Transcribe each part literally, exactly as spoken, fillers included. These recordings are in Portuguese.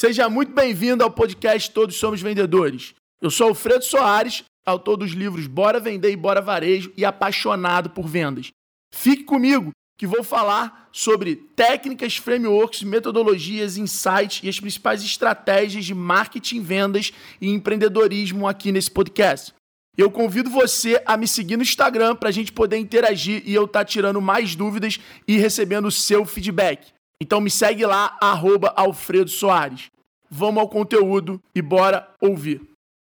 Seja muito bem-vindo ao podcast Todos Somos Vendedores. Eu sou Alfredo Soares, autor dos livros Bora Vender e Bora Varejo e apaixonado por vendas. Fique comigo que vou falar sobre técnicas, frameworks, metodologias, insights e as principais estratégias de marketing, vendas e empreendedorismo aqui nesse podcast. Eu convido você a me seguir no Instagram para a gente poder interagir e eu estar tirando mais dúvidas e recebendo o seu feedback. Então me segue lá, arroba Alfredo Soares. Vamos ao conteúdo e bora ouvir.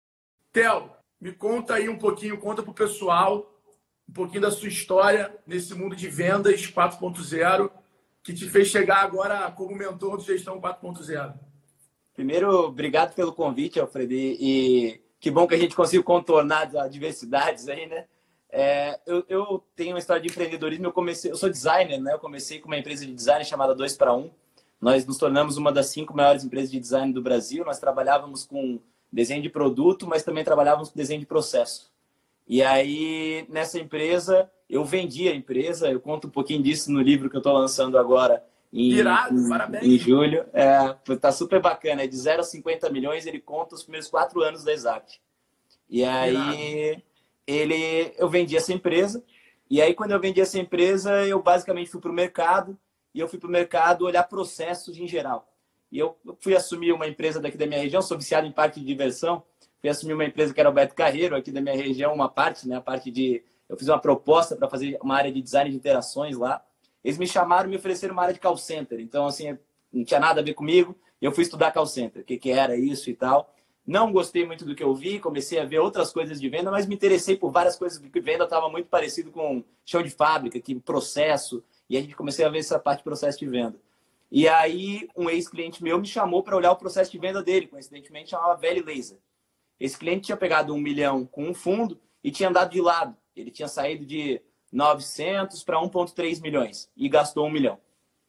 Theo, me conta aí um pouquinho, conta pro pessoal um pouquinho da sua história nesse mundo de vendas quatro ponto zero que te fez chegar agora como mentor do Gestão quatro ponto zero. Primeiro, obrigado pelo convite, Alfredo, e, e que bom que a gente conseguiu contornar as adversidades aí, né? É, eu, eu tenho uma história de empreendedorismo, eu comecei, eu sou designer, né? Eu comecei com uma empresa de design chamada dois para um. Nós nos tornamos uma das cinco maiores empresas de design do Brasil. Nós trabalhávamos com desenho de produto, mas também trabalhávamos com desenho de processo. E aí, nessa empresa, eu vendi a empresa, eu conto um pouquinho disso no livro que eu estou lançando agora em, Irado, em, parabéns. em julho. É, tá super bacana, é de zero a cinquenta milhões, ele conta os primeiros quatro anos da Exact. E aí, ele, eu vendi essa empresa, e aí quando eu vendi essa empresa, eu basicamente fui para o mercado, e eu fui para o mercado olhar processos em geral. E eu fui assumir uma empresa daqui da minha região, sou viciado em parque de diversão, fui assumir uma empresa que era o Beto Carreiro, aqui da minha região, uma parte, né? A parte de... Eu fiz uma proposta para fazer uma área de design de interações lá. Eles me chamaram e me ofereceram uma área de call center. Então, assim, não tinha nada a ver comigo. Eu fui estudar call center, o que, que era isso e tal. Não gostei muito do que eu vi, comecei a ver outras coisas de venda, mas me interessei por várias coisas, porque venda estava muito parecido com chão de fábrica, que processo, e a gente comecei a ver essa parte de processo de venda. E aí, um ex-cliente meu me chamou para olhar o processo de venda dele, coincidentemente chamava Valley Laser. Esse cliente tinha pegado um milhão com um fundo e tinha andado de lado. Ele tinha saído de novecentos para um vírgula três milhões e gastou um milhão.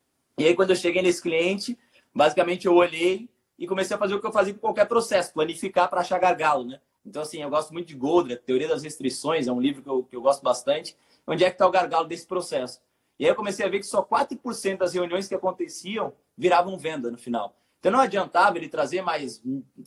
E aí, quando eu cheguei nesse cliente, basicamente eu olhei e comecei a fazer o que eu fazia com qualquer processo, planificar para achar gargalo, né? Então, assim, eu gosto muito de Goldner, Teoria das Restrições, é um livro que eu, que eu gosto bastante. Onde é que está o gargalo desse processo? E aí eu comecei a ver que só quatro por cento das reuniões que aconteciam viravam venda no final. Então não adiantava ele trazer mais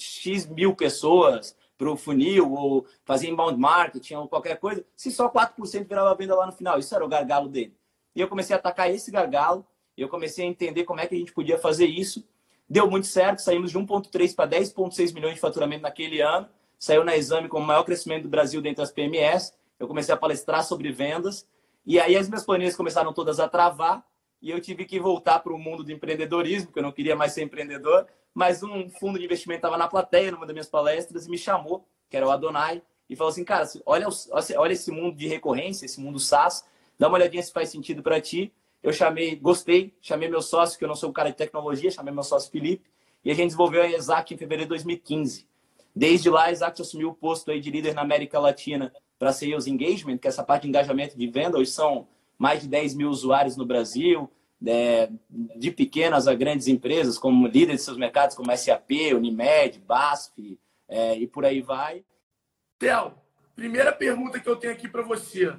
X mil pessoas para o funil ou fazer inbound marketing ou qualquer coisa, se só quatro por cento virava venda lá no final. Isso era o gargalo dele. E eu comecei a atacar esse gargalo, e eu comecei a entender como é que a gente podia fazer isso. Deu muito certo, saímos de um vírgula três para dez vírgula seis milhões de faturamento naquele ano. Saiu na Exame como o maior crescimento do Brasil dentre as P M Es. Eu comecei a palestrar sobre vendas. E aí as minhas planilhas começaram todas a travar e eu tive que voltar para o mundo do empreendedorismo, porque eu não queria mais ser empreendedor, mas um fundo de investimento estava na plateia, numa das minhas palestras, e me chamou, que era o Adonai, e falou assim, cara, olha, olha esse mundo de recorrência, esse mundo SaaS, dá uma olhadinha se faz sentido para ti. Eu chamei, gostei, chamei meu sócio, que eu não sou um cara de tecnologia, chamei meu sócio Felipe, e a gente desenvolveu a Exact em fevereiro de dois mil e quinze. Desde lá, a Exact assumiu o posto aí de líder na América Latina para Sales Engagement, que é essa parte de engajamento de venda. Hoje são mais de dez mil usuários no Brasil, é, de pequenas a grandes empresas, como líderes de seus mercados, como S A P, Unimed, B A S F, é, e por aí vai. Theo, primeira pergunta que eu tenho aqui para você.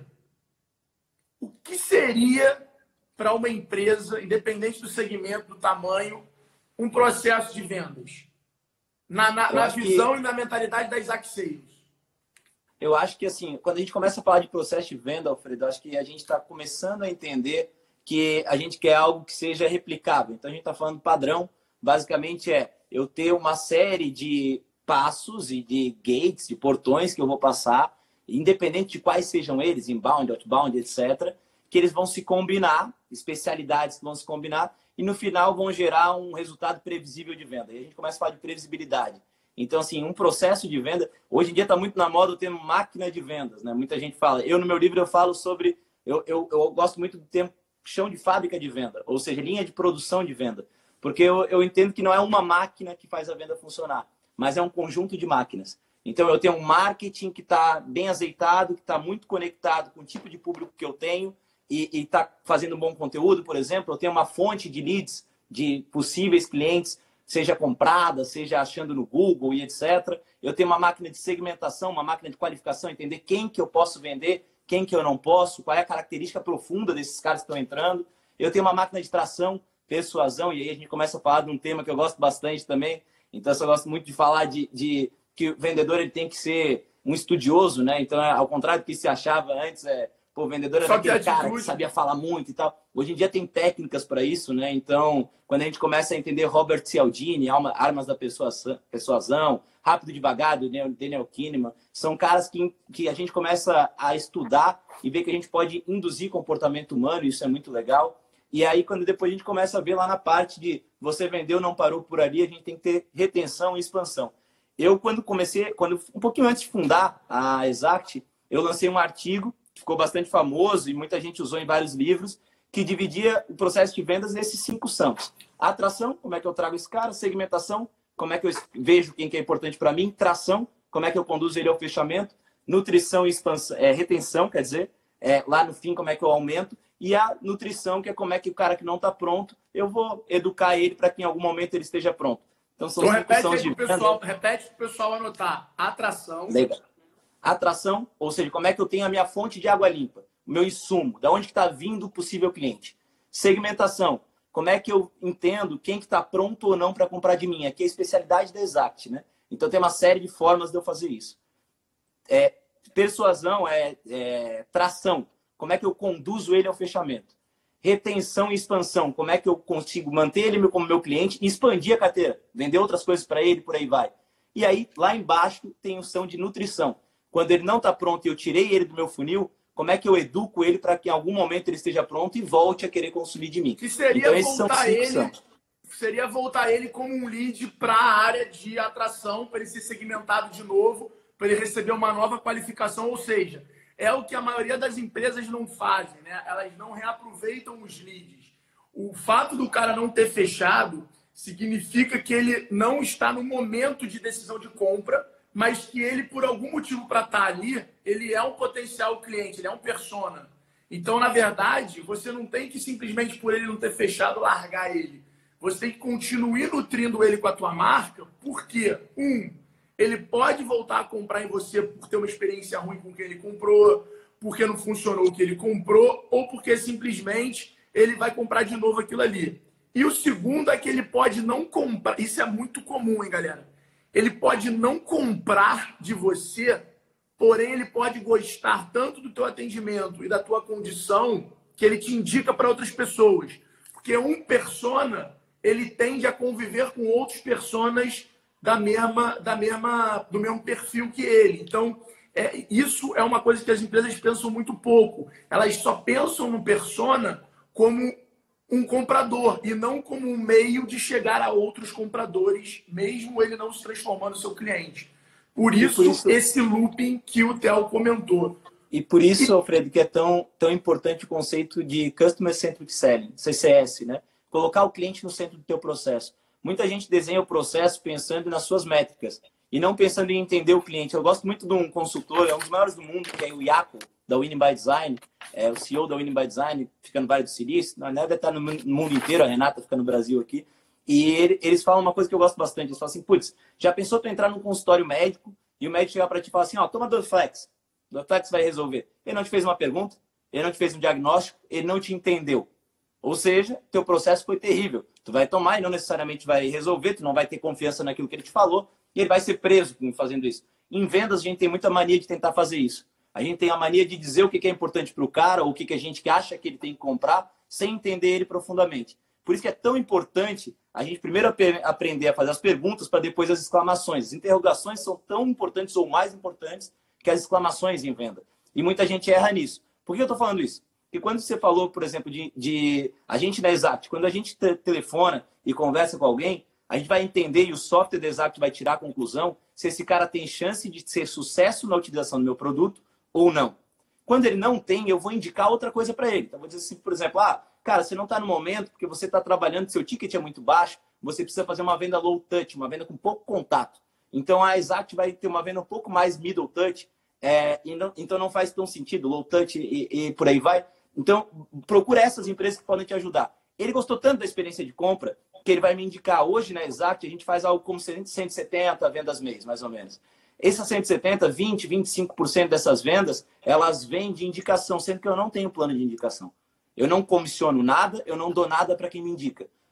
O que seria para uma empresa, independente do segmento, do tamanho, um processo de vendas? Na, na, na visão que... e na mentalidade da Exact Sales. Eu acho que, assim, quando a gente começa a falar de processo de venda, Alfredo, acho que a gente está começando a entender que a gente quer algo que seja replicável. Então, a gente está falando padrão. Basicamente, é eu ter uma série de passos e de gates, de portões que eu vou passar, independente de quais sejam eles, inbound, outbound, etcétera, que eles vão se combinar, especialidades que vão se combinar, e no final vão gerar um resultado previsível de venda. E a gente começa a falar de previsibilidade. Então, assim, um processo de venda... Hoje em dia está muito na moda o termo máquina de vendas, né? Muita gente fala... Eu, no meu livro, eu falo sobre... Eu, eu, eu gosto muito do termo chão de fábrica de venda, ou seja, linha de produção de venda. Porque eu, eu entendo que não é uma máquina que faz a venda funcionar, mas é um conjunto de máquinas. Então, eu tenho um marketing que está bem azeitado, que está muito conectado com o tipo de público que eu tenho e está fazendo um bom conteúdo, por exemplo. Eu tenho uma fonte de leads de possíveis clientes, seja comprada, seja achando no Google e etcétera. Eu tenho uma máquina de segmentação, uma máquina de qualificação, entender quem que eu posso vender, quem que eu não posso, qual é a característica profunda desses caras que estão entrando. Eu tenho uma máquina de tração, persuasão, e aí a gente começa a falar de um tema que eu gosto bastante também. Então, eu só gosto muito de falar de, de que o vendedor ele tem que ser um estudioso, né? Então, ao contrário do que se achava antes, é, pô, o vendedor era aquele cara que sabia falar muito e tal. Hoje em dia tem técnicas para isso, né? Então, quando a gente começa a entender Robert Cialdini, Armas da Persuasão, Rápido e Devagar, do Daniel Kahneman, são caras que, que a gente começa a estudar e ver que a gente pode induzir comportamento humano, isso é muito legal. E aí, quando depois a gente começa a ver lá na parte de você vendeu, não parou por ali, a gente tem que ter retenção e expansão. Eu, quando comecei, quando um pouquinho antes de fundar a Exact, eu lancei um artigo que ficou bastante famoso e muita gente usou em vários livros, que dividia o processo de vendas nesses cinco sãos. Atração, como é que eu trago esse cara? Segmentação, como é que eu vejo quem que é importante para mim? Tração, como é que eu conduzo ele ao fechamento? Nutrição e expansão, é, retenção, quer dizer, é, lá no fim, como é que eu aumento? E a nutrição, que é como é que o cara que não está pronto, eu vou educar ele para que em algum momento ele esteja pronto. Então, são então cinco repete sãos de pessoal, repete para o pessoal anotar. Atração. Legal. Atração, ou seja, como é que eu tenho a minha fonte de água limpa, o meu insumo, da onde está vindo o possível cliente. Segmentação, como é que eu entendo quem que está pronto ou não para comprar de mim. Aqui é a especialidade da Exact, né? Então, tem uma série de formas de eu fazer isso. É, persuasão é, é tração. Como é que eu conduzo ele ao fechamento? Retenção e expansão. Como é que eu consigo manter ele como meu cliente e expandir a carteira? Vender outras coisas para ele, por aí vai. E aí, lá embaixo, tem o são de nutrição. Quando ele não está pronto e eu tirei ele do meu funil, como é que eu educo ele para que em algum momento ele esteja pronto e volte a querer consumir de mim? Que seria então, esses voltar são cinco ele, sãos. seria voltar ele como um lead para a área de atração, para ele ser segmentado de novo, para ele receber uma nova qualificação, ou seja, é o que a maioria das empresas não fazem, né? Elas não reaproveitam os leads. O fato do cara não ter fechado significa que ele não está no momento de decisão de compra, mas que ele, por algum motivo para estar ali, ele é um potencial cliente, ele é um persona. Então, na verdade, você não tem que simplesmente, por ele não ter fechado, largar ele. Você tem que continuar nutrindo ele com a tua marca, porque, um, ele pode voltar a comprar em você por ter uma experiência ruim com o que ele comprou, porque não funcionou o que ele comprou, ou porque simplesmente ele vai comprar de novo aquilo ali. E o segundo é que ele pode não comprar. Isso é muito comum, hein, galera? Ele pode não comprar de você, porém ele pode gostar tanto do teu atendimento e da tua condição que ele te indica para outras pessoas. Porque um persona, ele tende a conviver com outros personas da mesma, da mesma, do mesmo perfil que ele. Então, é, isso é uma coisa que as empresas pensam muito pouco. Elas só pensam no persona como um comprador e não como um meio de chegar a outros compradores, mesmo ele não se transformando no seu cliente. Por isso, por isso esse looping que o Theo comentou. E por isso, Alfredo, que é tão, tão importante o conceito de Customer Centric Selling, C C S, né? Colocar o cliente no centro do teu processo. Muita gente desenha o processo pensando nas suas métricas e não pensando em entender o cliente. Eu gosto muito de um consultor, é um dos maiores do mundo, que é o Iaco, da Winning by Design, é o C E O da Winning by Design, fica no Vale do Silício, na verdade está no mundo inteiro, a Renata fica no Brasil aqui, e ele, eles falam uma coisa que eu gosto bastante, eles falam assim, putz, já pensou tu entrar num consultório médico e o médico chegar para ti e falar assim, ó, toma Dorflex, Dorflex vai resolver. Ele não te fez uma pergunta, ele não te fez um diagnóstico, ele não te entendeu. Ou seja, teu processo foi terrível. Tu vai tomar e não necessariamente vai resolver, tu não vai ter confiança naquilo que ele te falou e ele vai ser preso fazendo isso. Em vendas, a gente tem muita mania de tentar fazer isso. A gente tem a mania de dizer o que é importante para o cara, ou o que a gente acha que ele tem que comprar, sem entender ele profundamente. Por isso que é tão importante a gente primeiro aprender a fazer as perguntas para depois as exclamações. As interrogações são tão importantes ou mais importantes que as exclamações em venda. E muita gente erra nisso. Por que eu estou falando isso? Porque quando você falou, por exemplo, de, de a gente na Exact, quando a gente te, telefona e conversa com alguém, a gente vai entender e o software da Exact vai tirar a conclusão se esse cara tem chance de ser sucesso na utilização do meu produto ou não. Quando ele não tem, eu vou indicar outra coisa para ele. Então, vou dizer assim, por exemplo, ah, cara, você não está no momento porque você está trabalhando, seu ticket é muito baixo, você precisa fazer uma venda low touch, uma venda com pouco contato. Então, a Exact vai ter uma venda um pouco mais middle touch, é, e não, então não faz tão sentido, low touch e, e por aí vai. Então, procura essas empresas que podem te ajudar. Ele gostou tanto da experiência de compra que ele vai me indicar. Hoje, na Exact, a gente faz algo como cento e setenta vendas mês, mais ou menos. Essas cento e setenta, vinte, vinte e cinco por cento dessas vendas, elas vêm de indicação, sendo que eu não tenho plano de indicação. Eu não comissiono nada, eu não dou nada para quem me indica.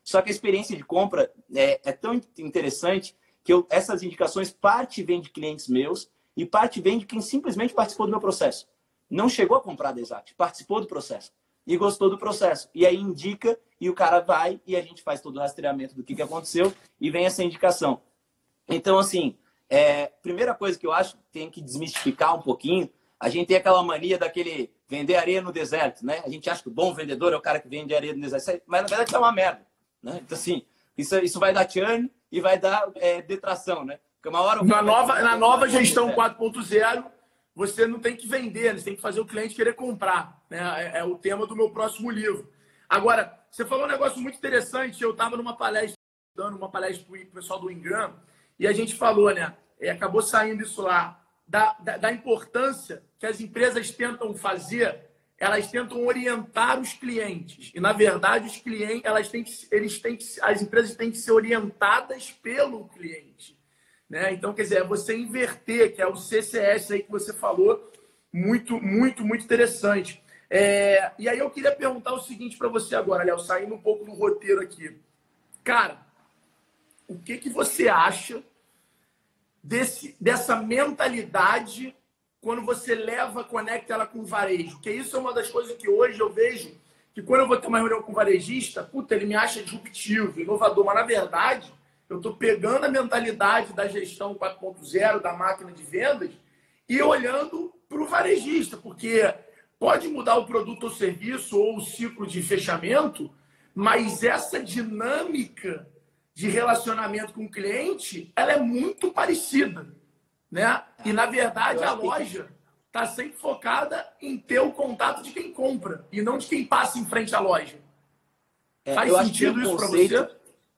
Só que a experiência de compra é, é tão interessante que eu, essas indicações, parte vem de clientes meus e parte vem de quem simplesmente participou do meu processo. Não chegou a comprar da Exact, participou do processo e gostou do processo. E aí indica e o cara vai e a gente faz todo o rastreamento do que, que aconteceu e vem essa indicação. Então, assim, é, primeira coisa que eu acho que tem que desmistificar um pouquinho, a gente tem aquela mania daquele vender areia no deserto, né? A gente acha que o bom vendedor é o cara que vende areia no deserto, mas na verdade é uma merda, né? Então, assim, isso, isso vai dar churn e vai dar é, detração, né? Porque uma hora na nova, na nova gestão quatro ponto zero, você não tem que vender, você tem que fazer o cliente querer comprar, né? É, é o tema do meu próximo livro. Agora, você falou um negócio muito interessante. Eu estava numa palestra, dando uma palestra para o pessoal do Ingram, e a gente falou, né? E acabou saindo isso lá, da, da, da importância que as empresas tentam fazer, elas tentam orientar os clientes. E, na verdade, os clientes, elas têm que, eles têm que, as empresas têm que ser orientadas pelo cliente. Né? Então, quer dizer, é você inverter, que é o C C S aí que você falou, muito, muito, muito interessante. É, e aí eu queria perguntar o seguinte para você agora, Léo, saindo um pouco do roteiro aqui. Cara, o que, que você acha desse, dessa mentalidade quando você leva, conecta ela com o varejo? Porque isso é uma das coisas que hoje eu vejo, que quando eu vou ter uma reunião com o varejista, puta, ele me acha disruptivo, inovador, mas na verdade eu estou pegando a mentalidade da gestão quatro ponto zero, da máquina de vendas, e olhando para o varejista, porque pode mudar o produto ou serviço ou o ciclo de fechamento, mas essa dinâmica de relacionamento com o cliente, ela é muito parecida, né? E, na verdade, a loja está sempre focada em ter o contato de quem compra e não de quem passa em frente à loja. É, Faz sentido isso para você?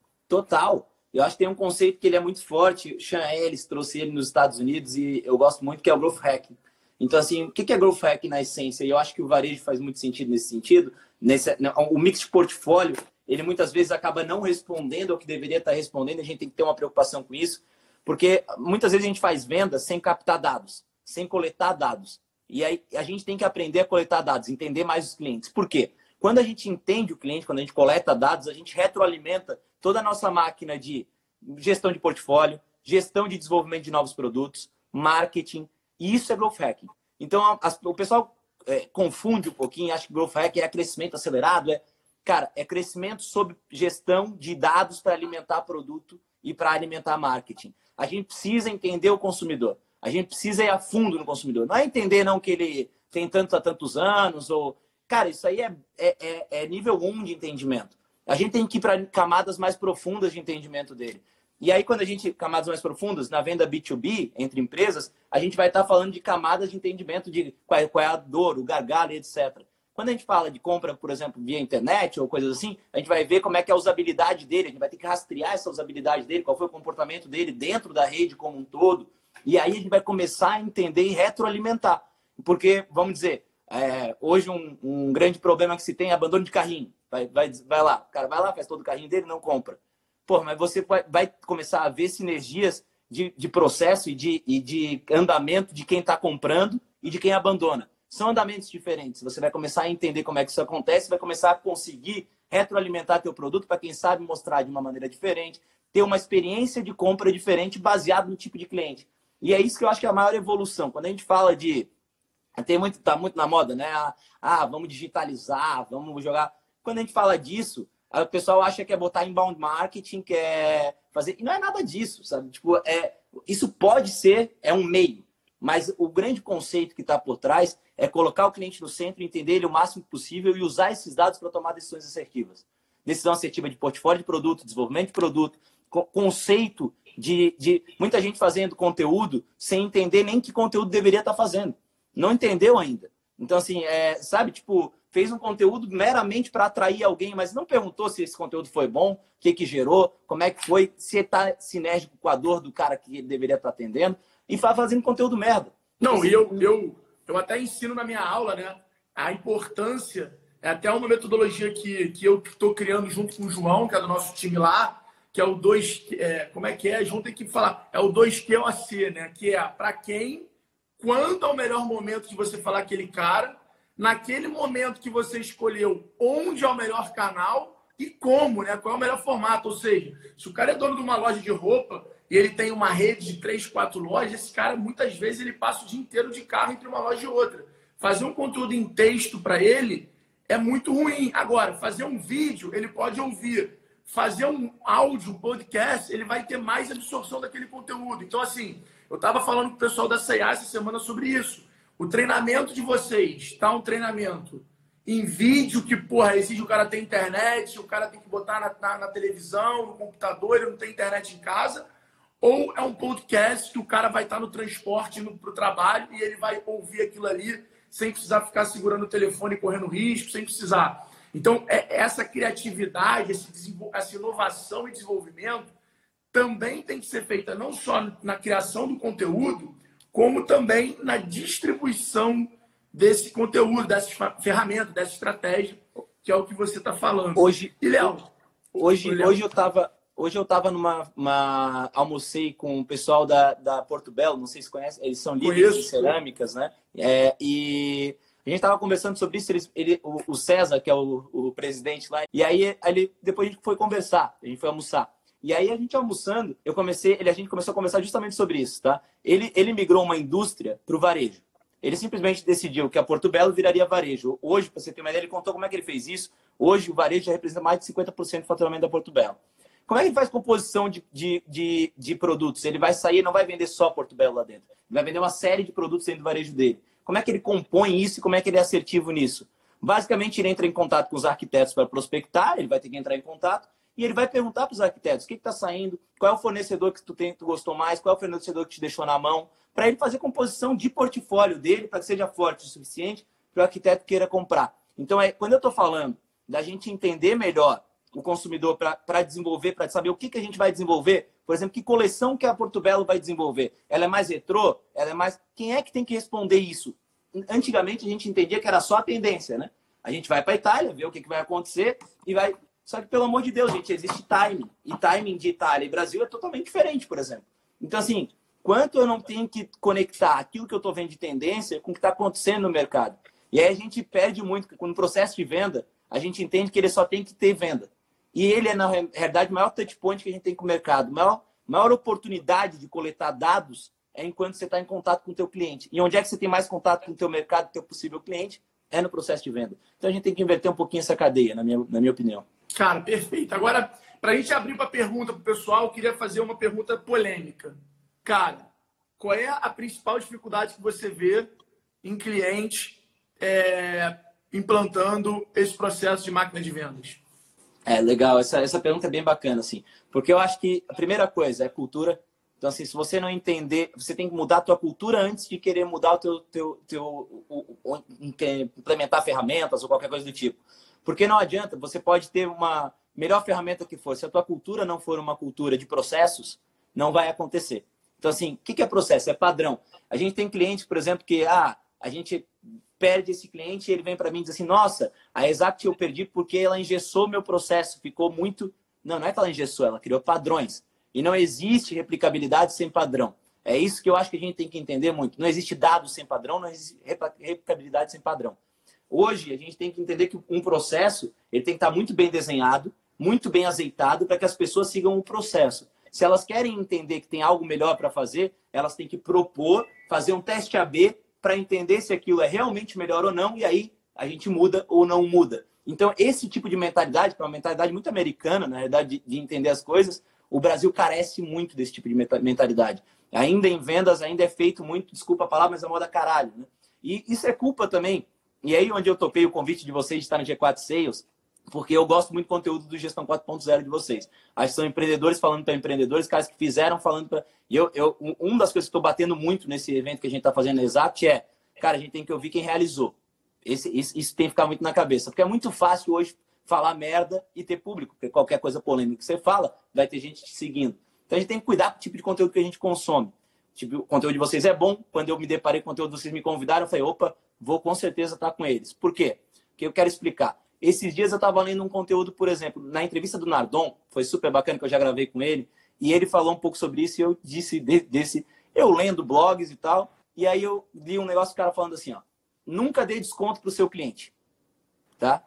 Total. Eu acho que tem um conceito que ele é muito forte. O Sean Ellis trouxe ele nos Estados Unidos e eu gosto muito, que é o Growth Hacking. Então, assim, o que é Growth Hacking na essência? E eu acho que o varejo faz muito sentido nesse sentido. Nesse, o mix de portfólio, ele muitas vezes acaba não respondendo ao que deveria estar respondendo. A gente tem que ter uma preocupação com isso, porque muitas vezes a gente faz vendas sem captar dados, sem coletar dados. E aí a gente tem que aprender a coletar dados, entender mais os clientes. Por quê? Quando a gente entende o cliente, quando a gente coleta dados, a gente retroalimenta toda a nossa máquina de gestão de portfólio, gestão de desenvolvimento de novos produtos, marketing, e isso é Growth Hacking. Então, as, o pessoal é, confunde um pouquinho, acha que Growth Hacking é crescimento acelerado. É, cara, é crescimento sob gestão de dados para alimentar produto e para alimentar marketing. A gente precisa entender o consumidor. A gente precisa ir a fundo no consumidor. Não é entender não que ele tem tanto há tantos anos, ou... Cara, isso aí é, é, é, é nível um de entendimento. A gente tem que ir para camadas mais profundas de entendimento dele. E aí, quando a gente, camadas mais profundas, na venda B dois B, entre empresas, a gente vai estar falando de camadas de entendimento de qual é, qual é a dor, o gargalo, etcétera. Quando a gente fala de compra, por exemplo, via internet ou coisas assim, a gente vai ver como é que é a usabilidade dele, a gente vai ter que rastrear essa usabilidade dele, qual foi o comportamento dele dentro da rede como um todo. E aí a gente vai começar a entender e retroalimentar. Porque, vamos dizer, é, hoje um, um grande problema que se tem é abandono de carrinho. Vai, vai, vai lá, o cara vai lá, faz todo o carrinho dele, não compra. Pô, mas você vai, vai começar a ver sinergias de, de processo e de, e de andamento de quem está comprando e de quem abandona. São andamentos diferentes. Você vai começar a entender como é que isso acontece, vai começar a conseguir retroalimentar teu produto para quem sabe mostrar de uma maneira diferente, ter uma experiência de compra diferente baseado no tipo de cliente. E é isso que eu acho que é a maior evolução. Quando a gente fala de... Tem muito, tá muito na moda, né? Ah, vamos digitalizar, vamos jogar... Quando a gente fala disso, o pessoal acha que é botar inbound marketing, que é fazer... E não é nada disso, sabe? Tipo, é... Isso pode ser, é um meio. Mas o grande conceito que está por trás é colocar o cliente no centro, entender ele o máximo possível e usar esses dados para tomar decisões assertivas. Decisão assertiva de portfólio de produto, desenvolvimento de produto, conceito de, de muita gente fazendo conteúdo sem entender nem que conteúdo deveria estar fazendo. Não entendeu ainda. Então, assim, é, sabe, tipo, fez um conteúdo meramente para atrair alguém, mas não perguntou se esse conteúdo foi bom, o que que gerou, como é que foi, se está sinérgico com a dor do cara que ele deveria estar atendendo, e fazendo conteúdo merda. Não, assim, e eu, eu, eu até ensino na minha aula, né, a importância, é até uma metodologia que, que eu estou criando junto com o João, que é do nosso time lá, que é o dois, é, como é que é? Junto tem que falar, é o dois Q O A C, né, que é para quem, quando é o melhor momento de você falar aquele cara, naquele momento que você escolheu onde é o melhor canal, e como, né? Qual é o melhor formato? Ou seja, se o cara é dono de uma loja de roupa e ele tem uma rede de três, quatro lojas, esse cara, muitas vezes, ele passa o dia inteiro de carro entre uma loja e outra. Fazer um conteúdo em texto para ele é muito ruim. Agora, fazer um vídeo, ele pode ouvir. Fazer um áudio, um podcast, ele vai ter mais absorção daquele conteúdo. Então, assim, eu estava falando com o pessoal da C E A essa semana sobre isso. O treinamento de vocês, tá? Um treinamento em vídeo que, porra, exige o cara ter internet, o cara tem que botar na, na, na televisão, no computador, ele não tem internet em casa. Ou é um podcast que o cara vai estar no transporte, indo para o trabalho, e ele vai ouvir aquilo ali sem precisar ficar segurando o telefone e correndo risco, sem precisar. Então, é, essa criatividade, esse, essa inovação e desenvolvimento também tem que ser feita não só na criação do conteúdo, como também na distribuição desse conteúdo, dessas ferramentas, dessa estratégia, que é o que você está falando. Hoje, e, Léo? Hoje, hoje eu estava hoje eu tava numa... Uma, almocei com o pessoal da, da Porto Belo, não sei se conhece, eles são líderes de cerâmicas, né? É, e a gente estava conversando sobre isso, eles, ele, o, o César, que é o, o presidente lá, e aí ele, depois a gente foi conversar, a gente foi almoçar. E aí a gente almoçando, eu comecei, ele, a gente começou a conversar justamente sobre isso, tá? Ele, ele migrou uma indústria para o varejo. Ele simplesmente decidiu que a Porto Belo viraria varejo. Hoje, para você ter uma ideia, ele contou como é que ele fez isso. Hoje o varejo já representa mais de cinquenta por cento do faturamento da Porto Belo. Como é que ele faz composição de, de, de, de produtos? Ele vai sair, não vai vender só Porto Belo lá dentro. Ele vai vender uma série de produtos dentro do varejo dele. Como é que ele compõe isso e como é que ele é assertivo nisso? Basicamente, ele entra em contato com os arquitetos para prospectar, ele vai ter que entrar em contato, e ele vai perguntar para os arquitetos o que está saindo, qual é o fornecedor que tu, tem, tu gostou mais, qual é o fornecedor que te deixou na mão, para ele fazer composição de portfólio dele, para que seja forte o suficiente para o arquiteto queira comprar. Então, é, quando eu estou falando da gente entender melhor o consumidor para desenvolver, para saber o que, que a gente vai desenvolver, por exemplo, que coleção que a Porto Belo vai desenvolver? Ela é mais retrô? Ela é mais... Quem é que tem que responder isso? Antigamente, a gente entendia que era só a tendência, né? A gente vai para a Itália, ver o que, que vai acontecer e vai... Só que, pelo amor de Deus, gente, existe timing. E timing de Itália e Brasil é totalmente diferente, por exemplo. Então, assim, quanto eu não tenho que conectar aquilo que eu estou vendo de tendência com o que está acontecendo no mercado? E aí a gente perde muito, porque no processo de venda, a gente entende que ele só tem que ter venda. E ele é, na realidade, o maior touch point que a gente tem com o mercado. A maior, maior oportunidade de coletar dados é enquanto você está em contato com o teu cliente. E onde é que você tem mais contato com o teu mercado, com o teu possível cliente? É no processo de venda. Então, a gente tem que inverter um pouquinho essa cadeia, na minha, na minha opinião. Cara, perfeito. Agora, para a gente abrir para pergunta para o pessoal, eu queria fazer uma pergunta polêmica. Cara, qual é a principal dificuldade que você vê em clientes é, implantando esse processo de máquina de vendas? É, legal. Essa, essa pergunta é bem bacana, assim. Porque eu acho que a primeira coisa é cultura. Então, assim, se você não entender, você tem que mudar a tua cultura antes de querer mudar o teu... teu, teu o, o, o, implementar ferramentas ou qualquer coisa do tipo. Porque não adianta, você pode ter uma melhor ferramenta que for. Se a tua cultura não for uma cultura de processos, não vai acontecer. Então, assim, o que é processo? É padrão. A gente tem clientes, por exemplo, que ah, a gente perde esse cliente e ele vem para mim e diz assim, nossa, a Exact eu perdi porque ela engessou meu processo, ficou muito... Não, não é que ela engessou, ela criou padrões. E não existe replicabilidade sem padrão. É isso que eu acho que a gente tem que entender muito. Não existe dados sem padrão, não existe replicabilidade sem padrão. Hoje, a gente tem que entender que um processo ele tem que estar muito bem desenhado, muito bem azeitado para que as pessoas sigam o processo. Se elas querem entender que tem algo melhor para fazer, elas têm que propor, fazer um teste A B para entender se aquilo é realmente melhor ou não, e aí a gente muda ou não muda. Então, esse tipo de mentalidade, que é uma mentalidade muito americana, na verdade, de, de entender as coisas, o Brasil carece muito desse tipo de mentalidade. Ainda em vendas, ainda é feito muito, desculpa a palavra, mas é moda caralho, né? E isso é culpa também. E aí, onde eu topei o convite de vocês de estar no G quatro Sales, porque eu gosto muito do conteúdo do Gestão quatro ponto zero de vocês. Acho que são empreendedores falando para empreendedores, caras que fizeram falando para... E eu, eu, uma das coisas que estou batendo muito nesse evento que a gente está fazendo na Exact é, cara, a gente tem que ouvir quem realizou. Esse, isso, isso tem que ficar muito na cabeça. Porque é muito fácil hoje falar merda e ter público. Porque qualquer coisa polêmica que você fala, vai ter gente te seguindo. Então a gente tem que cuidar com o tipo de conteúdo que a gente consome. Tipo, o conteúdo de vocês é bom. Quando eu me deparei com o conteúdo, vocês me convidaram, eu falei, opa, vou com certeza estar com eles. Por quê? Porque eu quero explicar. Esses dias eu estava lendo um conteúdo, por exemplo, na entrevista do Nardon, foi super bacana que eu já gravei com ele, e ele falou um pouco sobre isso e eu disse desse, eu lendo blogs e tal, e aí eu li um negócio do cara falando assim, ó, nunca dê desconto para o seu cliente, tá?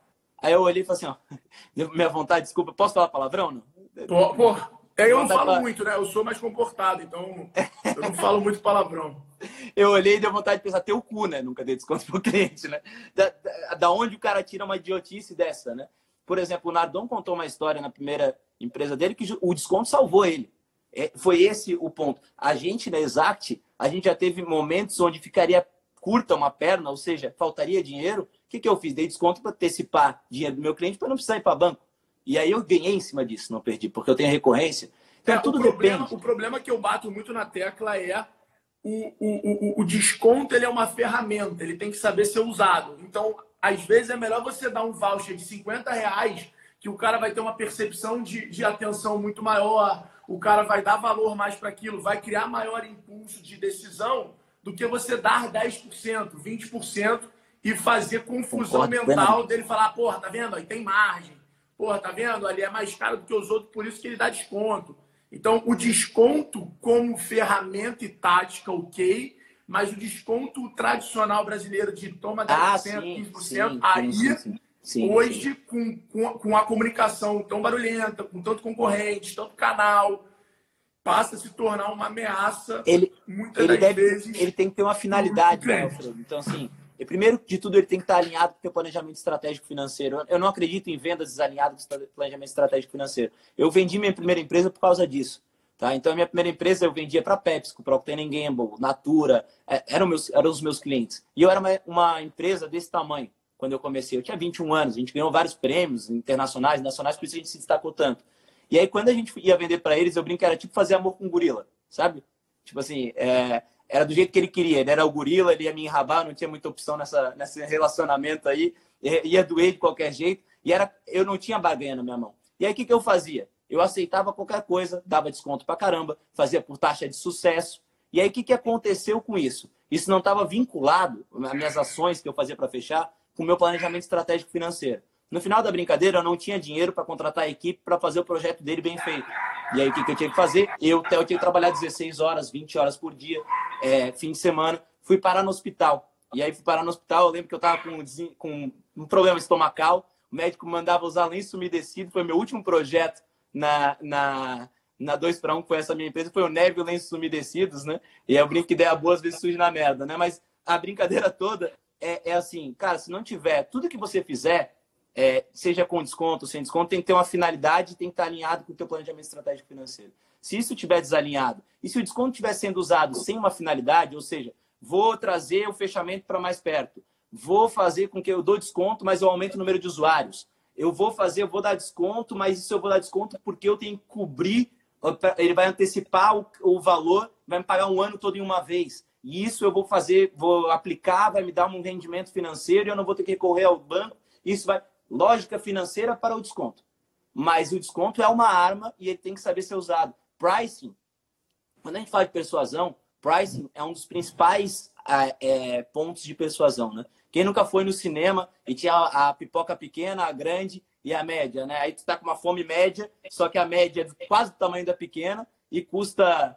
Aí eu olhei e falei assim, ó, deu minha vontade, desculpa, posso falar palavrão, não? Pô, pô, é, eu não falo pra... muito, né? Eu sou mais comportado, então eu não falo muito palavrão. Eu olhei e deu vontade de pensar, teu cu, né? Nunca dei desconto pro cliente, né? Da, da, da onde o cara tira uma idiotice dessa, né? Por exemplo, o Nardon contou uma história na primeira empresa dele que o desconto salvou ele. É, foi esse o ponto. A gente, na Exact, a gente já teve momentos onde ficaria curta uma perna, ou seja, faltaria dinheiro. O que, que eu fiz? Dei desconto para antecipar dinheiro do meu cliente para não precisar ir para banco. E aí eu ganhei em cima disso, não perdi, porque eu tenho recorrência. Então, é, tudo o problema, depende. O problema que eu bato muito na tecla é o, o, o, o desconto, ele é uma ferramenta, ele tem que saber ser usado. Então, às vezes é melhor você dar um voucher de cinquenta reais, que o cara vai ter uma percepção de, de atenção muito maior, o cara vai dar valor mais para aquilo, vai criar maior impulso de decisão do que você dar dez por cento, vinte por cento e fazer confusão Concordo, mental plenamente. dele falar, porra, tá vendo? Aí tem margem. Porra, tá vendo? Ali é mais caro do que os outros, por isso que ele dá desconto. Então, o desconto como ferramenta e tática, ok, mas o desconto tradicional brasileiro de toma dez por cento, Ah, sim, quinze por cento, sim, aí, sim, sim, sim, hoje, sim. Com, com, com a comunicação tão barulhenta, com tanto concorrente, tanto canal, passa a se tornar uma ameaça, Ele, muitas ele, das deve, vezes, ele tem que ter uma pro finalidade, né, cliente. Alfredo? Então, assim, primeiro de tudo, ele tem que estar alinhado com o teu planejamento estratégico financeiro. Eu não acredito em vendas desalinhadas com o planejamento estratégico financeiro. Eu vendi minha primeira empresa por causa disso. Tá? Então, a minha primeira empresa eu vendia para PepsiCo, Procter and Gamble, Natura, eram, meus, eram os meus clientes. E eu era uma, uma empresa desse tamanho quando eu comecei. Eu tinha vinte e um anos, a gente ganhou vários prêmios internacionais, nacionais, por isso a gente se destacou tanto. E aí, quando a gente ia vender para eles, eu brinco que era tipo fazer amor com um gorila, sabe? Tipo assim, é, era do jeito que ele queria. Ele era o gorila, ele ia me enrabar, não tinha muita opção nessa, nesse relacionamento aí. Ia doer de qualquer jeito. E era, eu não tinha barganha na minha mão. E aí, o que, que eu fazia? Eu aceitava qualquer coisa, dava desconto pra caramba, fazia por taxa de sucesso. E aí, o que, que aconteceu com isso? Isso não estava vinculado, as minhas ações que eu fazia para fechar, com o meu planejamento estratégico financeiro. No final da brincadeira, eu não tinha dinheiro para contratar a equipe para fazer o projeto dele bem feito. E aí, o que, que eu tinha que fazer? Eu, eu tinha que trabalhar dezesseis horas, vinte horas por dia, é, fim de semana. Fui parar no hospital. E aí, fui parar no hospital, eu lembro que eu estava com, com um problema estomacal. O médico mandava usar lenço umedecido. Foi meu último projeto na, na, na dois para um, que foi essa minha empresa. Foi o Neve e lenços umedecidos, né? E eu brinco que ideia boa, às vezes surge na merda, né? Mas a brincadeira toda é, é assim, cara, se não tiver tudo que você fizer, É, seja com desconto ou sem desconto, tem que ter uma finalidade, tem que estar alinhado com o teu planejamento estratégico financeiro. Se isso estiver desalinhado, e se o desconto estiver sendo usado sem uma finalidade, ou seja, vou trazer o fechamento para mais perto, vou fazer com que eu dou desconto, mas eu aumento o número de usuários, eu vou fazer, eu vou dar desconto, mas isso eu vou dar desconto porque eu tenho que cobrir, ele vai antecipar o, o valor, vai me pagar um ano todo em uma vez. E isso eu vou fazer, vou aplicar, vai me dar um rendimento financeiro e eu não vou ter que recorrer ao banco. Isso vai... Lógica financeira para o desconto. Mas o desconto é uma arma e ele tem que saber ser usado. Pricing, quando a gente fala de persuasão, pricing é um dos principais é, pontos de persuasão, né? Quem nunca foi no cinema e tinha a, a pipoca pequena, a grande e a média, né? Aí tu tá com uma fome média, só que a média é quase do tamanho da pequena e custa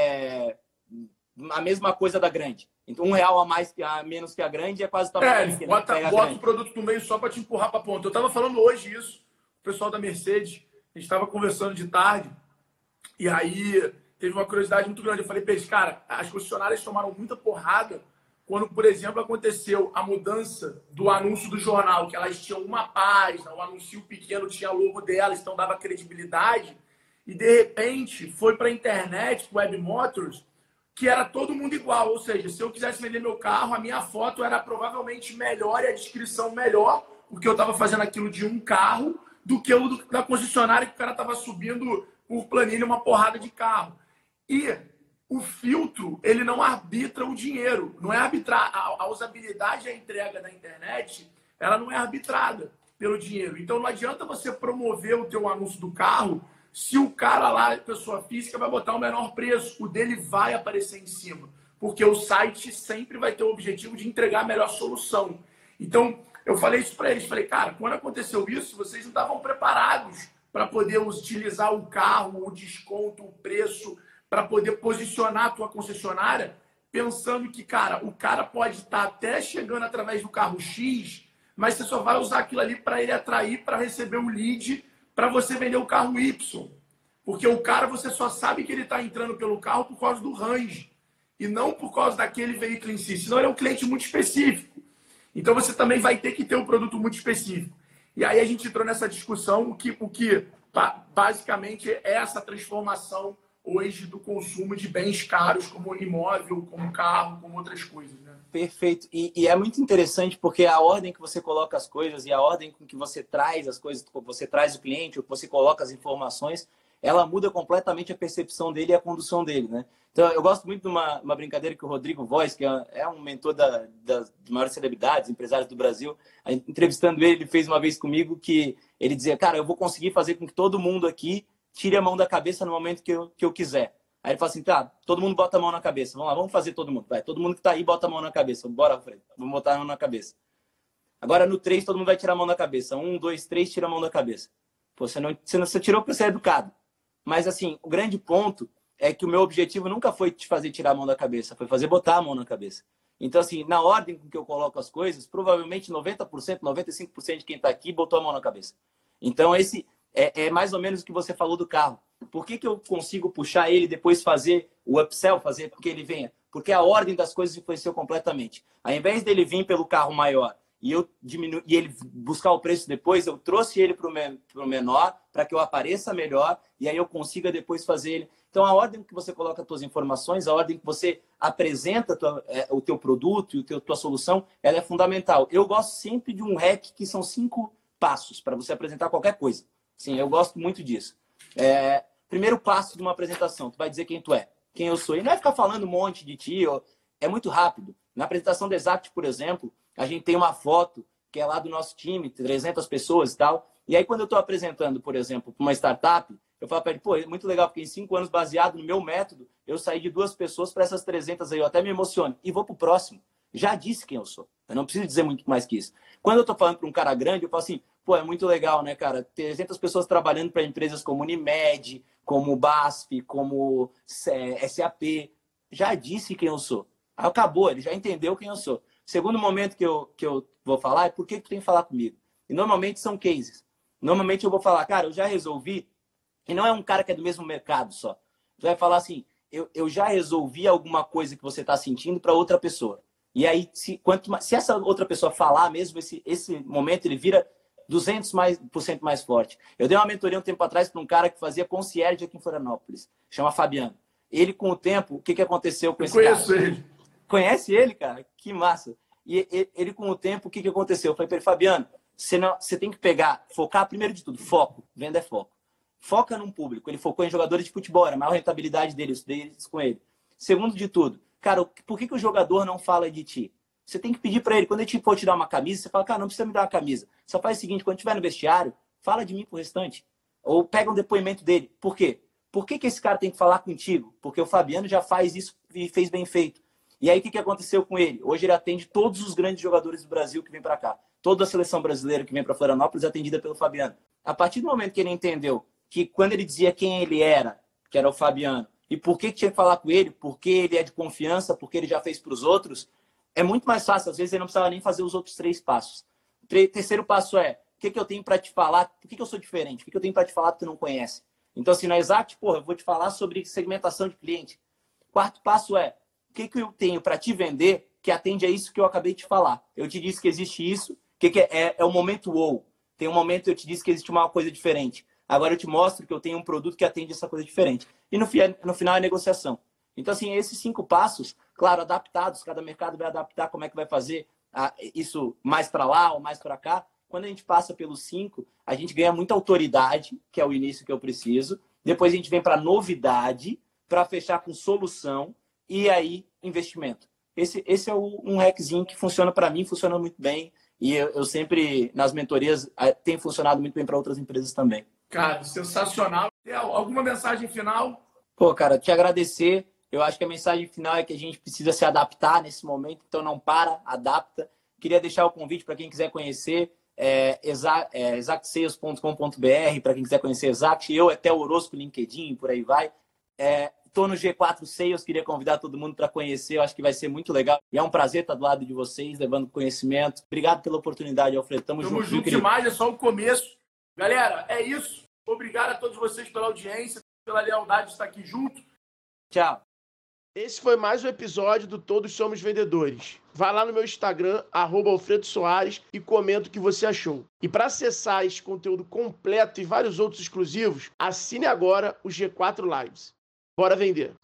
é, a mesma coisa da grande. Então, um real a mais que a menos que a grande é quase o tamanho É, da pequena. bota, bota o produto no meio só para te empurrar para ponta. Eu estava falando hoje isso, o pessoal da Mercedes, a gente estava conversando de tarde, e aí teve uma curiosidade muito grande. Eu falei para eles, cara, as concessionárias tomaram muita porrada quando, por exemplo, aconteceu a mudança do anúncio do jornal, que elas tinham uma página, o anúncio pequeno tinha logo delas, então dava credibilidade, e de repente foi para a internet, para o Web Motors, que era todo mundo igual, ou seja, se eu quisesse vender meu carro, a minha foto era provavelmente melhor e a descrição melhor, porque eu estava fazendo aquilo de um carro, do que o da concessionária, que o cara estava subindo por planilha uma porrada de carro. E o filtro, ele não arbitra o dinheiro, não é arbitrar. A, a usabilidade e a entrega da internet, ela não é arbitrada pelo dinheiro. Então não adianta você promover o teu anúncio do carro se o cara lá, pessoa física, vai botar o menor preço, o dele vai aparecer em cima. Porque o site sempre vai ter o objetivo de entregar a melhor solução. Então, eu falei isso para eles. Falei, cara, quando aconteceu isso, vocês não estavam preparados para poder utilizar o carro, o desconto, o preço, para poder posicionar a tua concessionária, pensando que, cara, o cara pode estar até chegando através do carro X, mas você só vai usar aquilo ali para ele atrair, para receber o lead, para você vender o carro Y. Porque o cara, você só sabe que ele está entrando pelo carro por causa do range, e não por causa daquele veículo em si. Senão ele é um cliente muito específico. Então você também vai ter que ter um produto muito específico. E aí a gente entrou nessa discussão, o que, o que basicamente é essa transformação hoje do consumo de bens caros, como imóvel, como carro, como outras coisas, né? Perfeito. E, e é muito interessante porque a ordem que você coloca as coisas e a ordem com que você traz as coisas, você traz o cliente, ou que você coloca as informações, ela muda completamente a percepção dele e a condução dele, né? Então, eu gosto muito de uma, uma brincadeira que o Rodrigo Voz, que é, é um mentor da, das maiores celebridades, empresários do Brasil, entrevistando ele, ele fez uma vez comigo que ele dizia, cara, eu vou conseguir fazer com que todo mundo aqui tire a mão da cabeça no momento que eu, que eu quiser. Aí ele fala assim, tá, todo mundo bota a mão na cabeça. Vamos lá, vamos fazer todo mundo. Vai, todo mundo que tá aí bota a mão na cabeça. Bora, Alfredo, vamos botar a mão na cabeça. Agora no três, todo mundo vai tirar a mão da cabeça. Um, dois, três, tira a mão da cabeça. Pô, você não, você não você tirou porque você é educado. Mas, assim, o grande ponto é que o meu objetivo nunca foi te fazer tirar a mão da cabeça, foi fazer botar a mão na cabeça. Então, assim, na ordem com que eu coloco as coisas, provavelmente noventa por cento, noventa e cinco por cento de quem está aqui botou a mão na cabeça. Então, esse é, é mais ou menos o que você falou do carro. Por que, que eu consigo puxar ele e depois fazer o upsell, fazer com que ele venha? Porque a ordem das coisas influenciou completamente. Ao invés dele vir pelo carro maior e eu diminu... e ele buscar o preço depois, eu trouxe ele para o menor, para que eu apareça melhor, e aí eu consiga depois fazer ele. Então, a ordem que você coloca as suas informações, a ordem que você apresenta tua, é, o teu produto e a tua solução, ela é fundamental. Eu gosto sempre de um hack que são cinco passos para você apresentar qualquer coisa. Sim, eu gosto muito disso. É, primeiro passo de uma apresentação, tu vai dizer quem tu é, quem eu sou. E não é ficar falando um monte de ti, ó, é muito rápido. Na apresentação do Exact, por exemplo, a gente tem uma foto que é lá do nosso time, trezentas pessoas e tal. E aí, quando eu estou apresentando, por exemplo, para uma startup, eu falo para ele, pô, é muito legal, porque em cinco anos, baseado no meu método, eu saí de duas pessoas para essas trezentas aí, eu até me emociono. E vou para o próximo. Já disse quem eu sou. Eu não preciso dizer muito mais que isso. Quando eu estou falando para um cara grande, eu falo assim, pô, é muito legal, né, cara? trezentas pessoas trabalhando para empresas como Unimed, como B A S F, como S A P. Já disse quem eu sou. Acabou, ele já entendeu quem eu sou. Segundo momento que eu, que eu vou falar é por que, que tu tem que falar comigo. E normalmente são cases. Normalmente eu vou falar, cara, eu já resolvi, e não é um cara que é do mesmo mercado só. Tu vai falar assim, eu, eu já resolvi alguma coisa que você está sentindo para outra pessoa. E aí, se, quanto mais, se essa outra pessoa falar mesmo, esse, esse momento ele vira duzentos por cento mais forte. Eu dei uma mentoria um tempo atrás para um cara que fazia concierge aqui em Florianópolis. Chama Fabiano. Ele, com o tempo, o que, que aconteceu com eu esse cara? Conheço ele. Conhece ele, cara? Que massa. E ele, com o tempo, o que, que aconteceu? Eu falei para ele, Fabiano, você, não, você tem que pegar, focar primeiro de tudo, foco. Venda é foco. Foca num público. Ele focou em jogadores de futebol, era a maior rentabilidade dele, eu estudei isso com ele. Segundo de tudo, cara, por que, que o jogador não fala de ti? Você tem que pedir para ele, quando ele for te dar uma camisa, você fala, cara, não precisa me dar uma camisa. Só faz o seguinte, quando estiver no vestiário, fala de mim pro restante. Ou pega um depoimento dele. Por quê? Por que, que esse cara tem que falar contigo? Porque o Fabiano já faz isso e fez bem feito. E aí, o que, que aconteceu com ele? Hoje ele atende todos os grandes jogadores do Brasil que vêm para cá. Toda a seleção brasileira que vem para Florianópolis é atendida pelo Fabiano. A partir do momento que ele entendeu que quando ele dizia quem ele era, que era o Fabiano, e por que, que tinha que falar com ele, porque ele é de confiança, porque ele já fez para os outros, é muito mais fácil. Às vezes ele não precisava nem fazer os outros três passos. O terceiro passo é, o que, que eu tenho para te falar? Por que, que eu sou diferente? O que, que eu tenho para te falar que tu não conhece? Então, assim, na Exact, porra, eu vou te falar sobre segmentação de cliente. Quarto passo é, o que, que eu tenho para te vender que atende a isso que eu acabei de te falar? Eu te disse que existe isso, o que, que é? é? É o momento wow. Tem um momento que eu te disse que existe uma coisa diferente. Agora eu te mostro que eu tenho um produto que atende essa coisa diferente. E no, no final é negociação. Então, assim, esses cinco passos, claro, adaptados, cada mercado vai adaptar como é que vai fazer a, isso mais para lá ou mais para cá. Quando a gente passa pelos cinco, a gente ganha muita autoridade, que é o início que eu preciso. Depois a gente vem para novidade, para fechar com solução e aí investimento. Esse, esse é o, um hackzinho que funciona para mim, funciona muito bem. E eu, eu sempre, nas mentorias, tem funcionado muito bem para outras empresas também. Cara, sensacional. Tem alguma mensagem final? Pô, cara, te agradecer. Eu acho que a mensagem final é que a gente precisa se adaptar nesse momento, então não para, adapta. Queria deixar o convite para quem quiser conhecer, é, é, exact sales ponto com ponto b r, para quem quiser conhecer Exact, eu até o Orosco, LinkedIn, por aí vai. É, tô no G quatro Sales, queria convidar todo mundo para conhecer, eu acho que vai ser muito legal. E é um prazer estar do lado de vocês, levando conhecimento. Obrigado pela oportunidade, Alfredo. Tamo, Tamo junto. junto demais, é só o começo. Galera, é isso. Obrigado a todos vocês pela audiência, pela lealdade de estar aqui junto. Tchau. Esse foi mais um episódio do Todos Somos Vendedores. Vá lá no meu Instagram, arroba Alfredo Soares, e comenta o que você achou. E para acessar esse conteúdo completo e vários outros exclusivos, assine agora o G quatro Lives. Bora vender!